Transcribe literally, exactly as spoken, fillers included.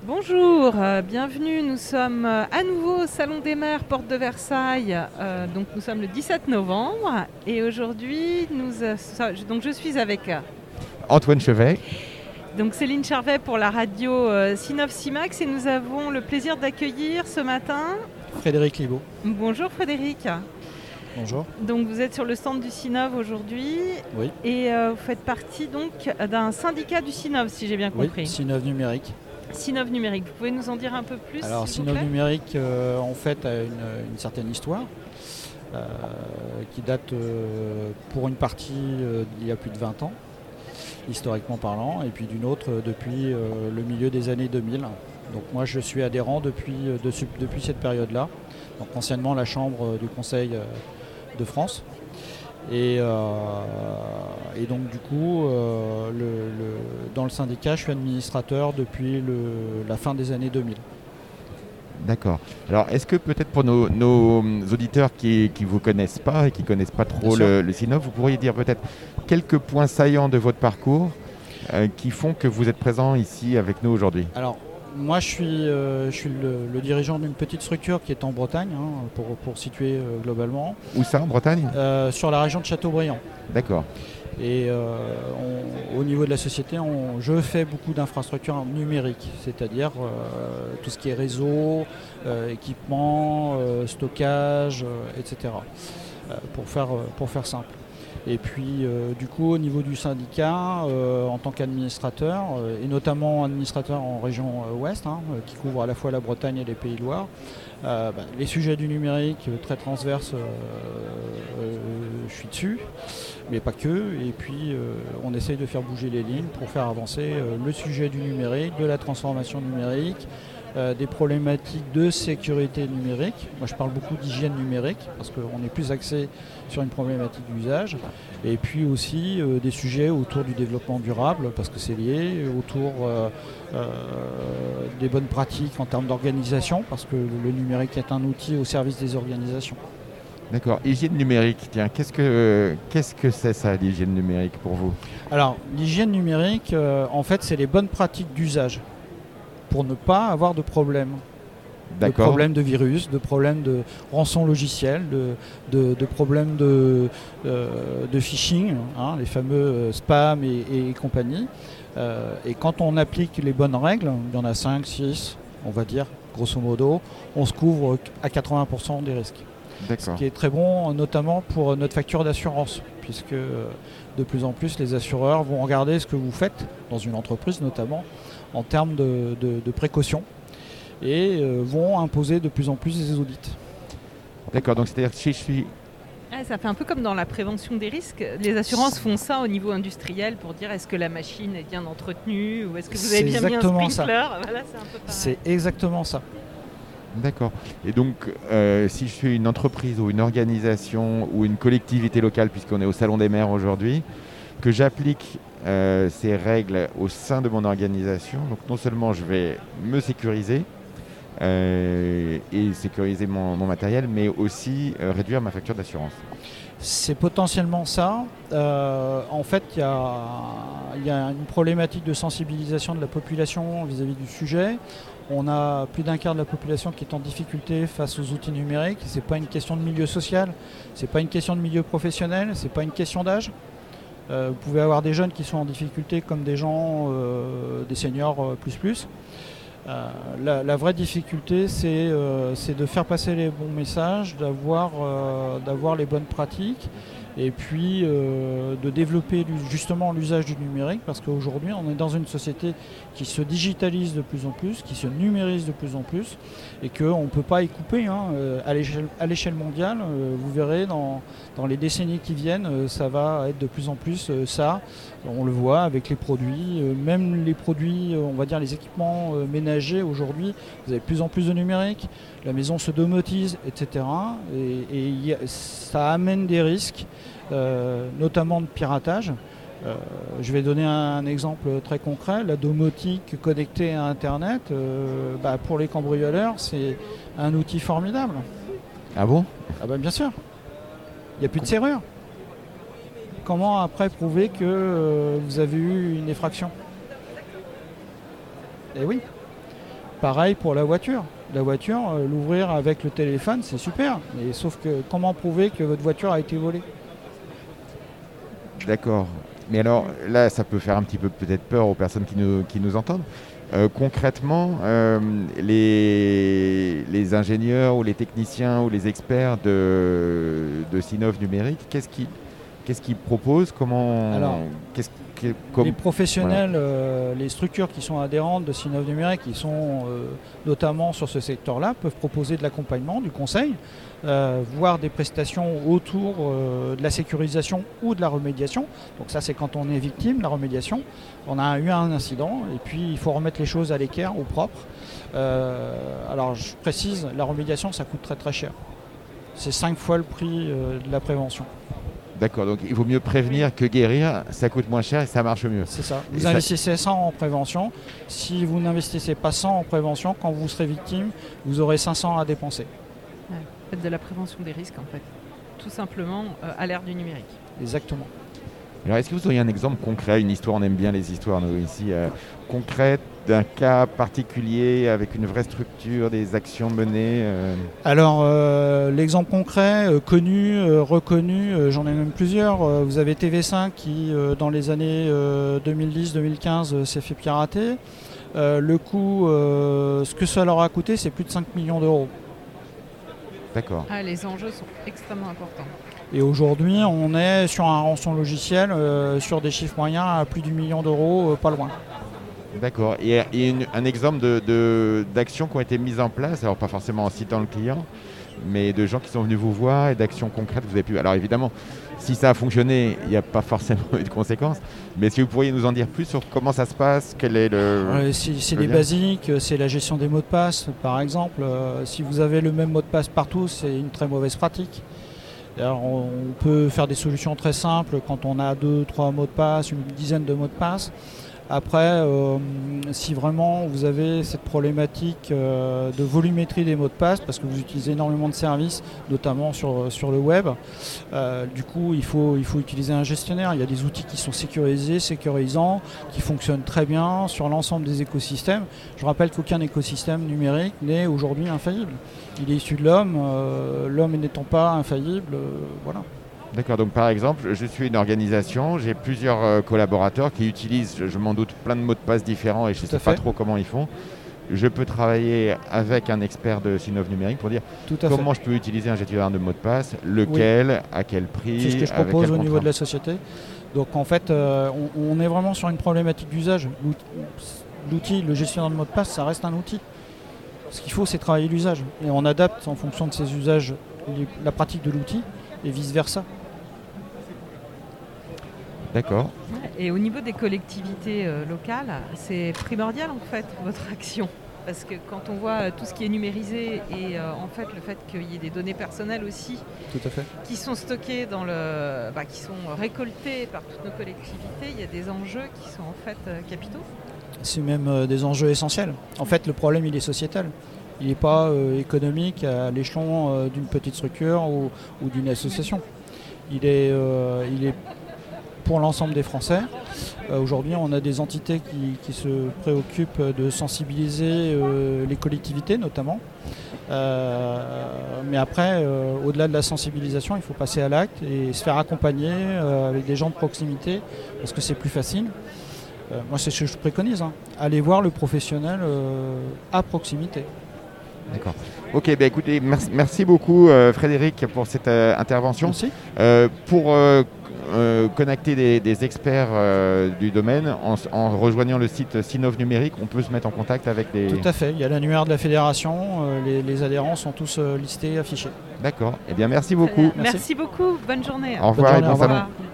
Bonjour, euh, bienvenue. Nous sommes euh, à nouveau au Salon des Maires, porte de Versailles. Euh, donc nous sommes le dix-sept novembre et aujourd'hui, nous, euh, so- donc je suis avec euh, Antoine Chevet. donc Céline Charvet pour la radio euh, Cinov Cimax et nous avons le plaisir d'accueillir ce matin. Frédéric Libaud. Bonjour Frédéric. Bonjour. Donc vous êtes sur le stand du Cinov aujourd'hui Oui. et euh, vous faites partie donc d'un syndicat du Cinov, si j'ai bien compris. Oui, Cinov Numérique. Cinov Numérique, vous pouvez nous en dire un peu plus? Alors s'il vous Cinov plaît Numérique euh, en fait a une, une certaine histoire euh, qui date euh, pour une partie euh, d'il y a plus de vingt ans, historiquement parlant, et puis d'une autre euh, depuis euh, le milieu des années deux mille. Donc moi je suis adhérent depuis, euh, de, depuis cette période-là, donc anciennement la Chambre du Conseil euh, de France. Et, euh, et donc du coup, euh, le, le, dans le syndicat, je suis administrateur depuis le, la fin des années deux mille. D'accord. Alors, est-ce que peut-être pour nos, nos auditeurs qui ne vous connaissent pas et qui ne connaissent pas trop le, le Cinov, vous pourriez dire peut-être quelques points saillants de votre parcours euh, qui font que vous êtes présent ici avec nous aujourd'hui? Alors, moi, je suis, euh, je suis le, le dirigeant d'une petite structure qui est en Bretagne, hein, pour, pour situer euh, globalement. Où ça, en Bretagne? euh, Sur la région de Châteaubriand. D'accord. Et euh, on, au niveau de la société, on, je fais beaucoup d'infrastructures numériques, c'est-à-dire euh, tout ce qui est réseau, euh, équipement, euh, stockage, euh, et cetera. Euh, pour, faire, pour faire simple. Et puis euh, du coup au niveau du syndicat, euh, en tant qu'administrateur, euh, et notamment administrateur en région euh, ouest, hein, euh, qui couvre à la fois la Bretagne et les Pays de Loire, euh, bah, les sujets du numérique euh, très transverses, euh, euh, je suis dessus, mais pas que. Et puis euh, on essaye de faire bouger les lignes pour faire avancer euh, le sujet du numérique, de la transformation numérique, Euh, des problématiques de sécurité numérique. Moi je parle beaucoup d'hygiène numérique parce qu'on est plus axé sur une problématique d'usage. Et puis aussi euh, des sujets autour du développement durable parce que c'est lié, autour euh, euh, des bonnes pratiques en termes d'organisation parce que le numérique est un outil au service des organisations. D'accord. Hygiène numérique, tiens, qu'est-ce que qu'est-ce que c'est ça, l'hygiène numérique pour vous? Alors l'hygiène numérique, euh, en fait c'est les bonnes pratiques d'usage pour ne pas avoir de problème. De problèmes de virus, de problèmes de rançon logiciel, de, de, de problèmes de, euh, de phishing, hein, les fameux euh, spam et, et compagnie. Euh, et quand on applique les bonnes règles, il y en a cinq, six, on va dire, grosso modo, on se couvre à quatre-vingts pour cent des risques. D'accord. Ce qui est très bon, notamment pour notre facture d'assurance, puisque euh, de plus en plus les assureurs vont regarder ce que vous faites, dans une entreprise notamment, en termes de, de, de précaution, et euh, vont imposer de plus en plus des audits. D'accord, donc c'est-à-dire que si je suis... Ah, ça fait un peu comme dans la prévention des risques. Les assurances font ça au niveau industriel pour dire est-ce que la machine est bien entretenue ou est-ce que vous avez bien mis un sprinkler. Voilà, c'est un peu pareil. C'est exactement ça. D'accord. Et donc, euh, si je suis une entreprise ou une organisation ou une collectivité locale, puisqu'on est au Salon des Maires aujourd'hui, que j'applique euh, ces règles au sein de mon organisation, donc non seulement je vais me sécuriser euh, et sécuriser mon, mon matériel, mais aussi euh, réduire ma facture d'assurance. C'est potentiellement ça. Euh, en fait, il y, y a une problématique de sensibilisation de la population vis-à-vis du sujet. On a plus d'un quart de la population qui est en difficulté face aux outils numériques. Ce n'est pas une question de milieu social, ce n'est pas une question de milieu professionnel, ce n'est pas une question d'âge. Euh, vous pouvez avoir des jeunes qui sont en difficulté comme des gens, euh, des seniors euh, plus plus. Euh, la, la vraie difficulté, c'est euh, de faire passer les bons messages, d'avoir euh, d'avoir les bonnes pratiques et puis euh, de développer justement l'usage du numérique parce qu'aujourd'hui, on est dans une société qui se digitalise de plus en plus, qui se numérise de plus en plus et qu'on ne peut pas y couper. Hein. À l'échelle mondiale, euh, vous verrez dans, dans les décennies qui viennent, euh, ça va être de plus en plus euh, ça. On le voit avec les produits, euh, même les produits, euh, on va dire les équipements euh, ménagers aujourd'hui, vous avez de plus en plus de numérique, la maison se domotise, et cetera. Et, et y a, ça amène des risques, euh, notamment de piratage. Euh, je vais donner un, un exemple très concret. La domotique connectée à Internet, euh, bah, pour les cambrioleurs, c'est un outil formidable. Ah bon? Ah bah bien sûr. Il n'y a plus de serrure. Comment après prouver que euh, vous avez eu une effraction? Eh oui. Pareil pour la voiture. La voiture, euh, l'ouvrir avec le téléphone, c'est super. Mais sauf que comment prouver que votre voiture a été volée? D'accord. Mais alors là, ça peut faire un petit peu peut-être peur aux personnes qui nous, qui nous entendent. Euh, concrètement, euh, les, les ingénieurs ou les techniciens ou les experts de, de Sinov Numérique, qu'est-ce qu'ils qu'est-ce qu'ils proposent? Comment Alors, qu'est-ce que, comme, les professionnels, voilà. euh, les structures qui sont adhérentes de Sinov Numérique, qui sont euh, notamment sur ce secteur-là, peuvent proposer de l'accompagnement, du conseil, euh, voire des prestations autour euh, de la sécurisation ou de la remédiation. Donc ça, c'est quand on est victime, la remédiation. On a eu un incident et puis il faut remettre les choses à l'équerre, au propre. Euh, alors je précise, la remédiation, ça coûte très très cher. C'est cinq fois le prix euh, de la prévention. D'accord, donc il vaut mieux prévenir que guérir, ça coûte moins cher et ça marche mieux. C'est ça. Et Vous ça... investissez cent en prévention. Si vous n'investissez pas cent en prévention, quand vous serez victime, vous aurez cinq cents à dépenser. Ouais, faites de la prévention des risques en fait. Tout simplement euh, à l'ère du numérique. Exactement. Alors est-ce que vous auriez un exemple concret, une histoire, on aime bien les histoires nous ici, euh, concrète d'un cas particulier avec une vraie structure, des actions menées euh... Alors euh, l'exemple concret, euh, connu, euh, reconnu, euh, j'en ai même plusieurs. Euh, vous avez T V cinq qui euh, dans les années euh, deux mille dix deux mille quinze euh, s'est fait pirater. Euh, le coût, euh, ce que ça leur a coûté, c'est plus de cinq millions d'euros. D'accord. Ah, les enjeux sont extrêmement importants. Et aujourd'hui, on est sur un rançon logiciel, euh, sur des chiffres moyens à plus du million d'euros, euh, pas loin. D'accord. Et, et une, un exemple de, de, d'actions qui ont été mises en place, alors pas forcément en citant le client, mais de gens qui sont venus vous voir et d'actions concrètes que vous avez pu... Alors évidemment, si ça a fonctionné, il n'y a pas forcément eu de conséquences, mais si vous pourriez nous en dire plus sur comment ça se passe, quel est le... Euh, c'est c'est le des lien. basiques, c'est la gestion des mots de passe, par exemple. Euh, si vous avez le même mot de passe partout, c'est une très mauvaise pratique. Alors, on peut faire des solutions très simples quand on a deux, trois mots de passe, une dizaine de mots de passe. Après, euh, si vraiment vous avez cette problématique euh, de volumétrie des mots de passe, parce que vous utilisez énormément de services, notamment sur, sur le web, euh, du coup, il faut, il faut utiliser un gestionnaire. Il y a des outils qui sont sécurisés, sécurisants, qui fonctionnent très bien sur l'ensemble des écosystèmes. Je rappelle qu'aucun écosystème numérique n'est aujourd'hui infaillible. Il est issu de l'homme, euh, l'homme n'étant pas infaillible, euh, voilà. D'accord, donc par exemple, je suis une organisation, j'ai plusieurs euh, collaborateurs qui utilisent, je, je m'en doute, plein de mots de passe différents et je ne sais pas trop comment ils font. Je peux travailler avec un expert de Sinov Numérique pour dire Tout à comment fait. je peux utiliser un gestionnaire de mots de passe, lequel, oui. à quel prix. C'est ce que je propose au niveau de la société. Donc en fait, euh, on, on est vraiment sur une problématique d'usage. L'outil, le gestionnaire de mots de passe, ça reste un outil. Ce qu'il faut, c'est travailler l'usage. Et on adapte en fonction de ces usages la pratique de l'outil et vice-versa. D'accord. Et au niveau des collectivités euh, locales, c'est primordial en fait votre action. Parce que quand on voit euh, tout ce qui est numérisé et euh, en fait le fait qu'il y ait des données personnelles aussi tout à fait. qui sont stockées dans le, bah, qui sont récoltées par toutes nos collectivités, il y a des enjeux qui sont en fait euh, capitaux. C'est même euh, des enjeux essentiels. En fait, le problème il est sociétal. Il n'est pas euh, économique à l'échelon euh, d'une petite structure ou, ou d'une association. Il est, euh, il est pour l'ensemble des Français. Euh, aujourd'hui, on a des entités qui, qui se préoccupent de sensibiliser euh, les collectivités notamment. Euh, mais après, euh, au-delà de la sensibilisation, il faut passer à l'acte et se faire accompagner euh, avec des gens de proximité parce que c'est plus facile. Euh, moi, c'est ce que je préconise. Hein. Allez voir le professionnel euh, à proximité. D'accord. Ok, bah écoutez, merci, merci beaucoup euh, Frédéric pour cette euh, intervention. Merci. Euh, pour euh, euh, connecter des, des experts euh, du domaine, en, en rejoignant le site Sinov Numérique, on peut se mettre en contact avec les... Tout à fait, il y a l'annuaire de la fédération, euh, les, les adhérents sont tous euh, listés, affichés. D'accord, eh bien merci beaucoup. Merci. Merci beaucoup, bonne journée. Au revoir Bonne journée, et bon au revoir. salon.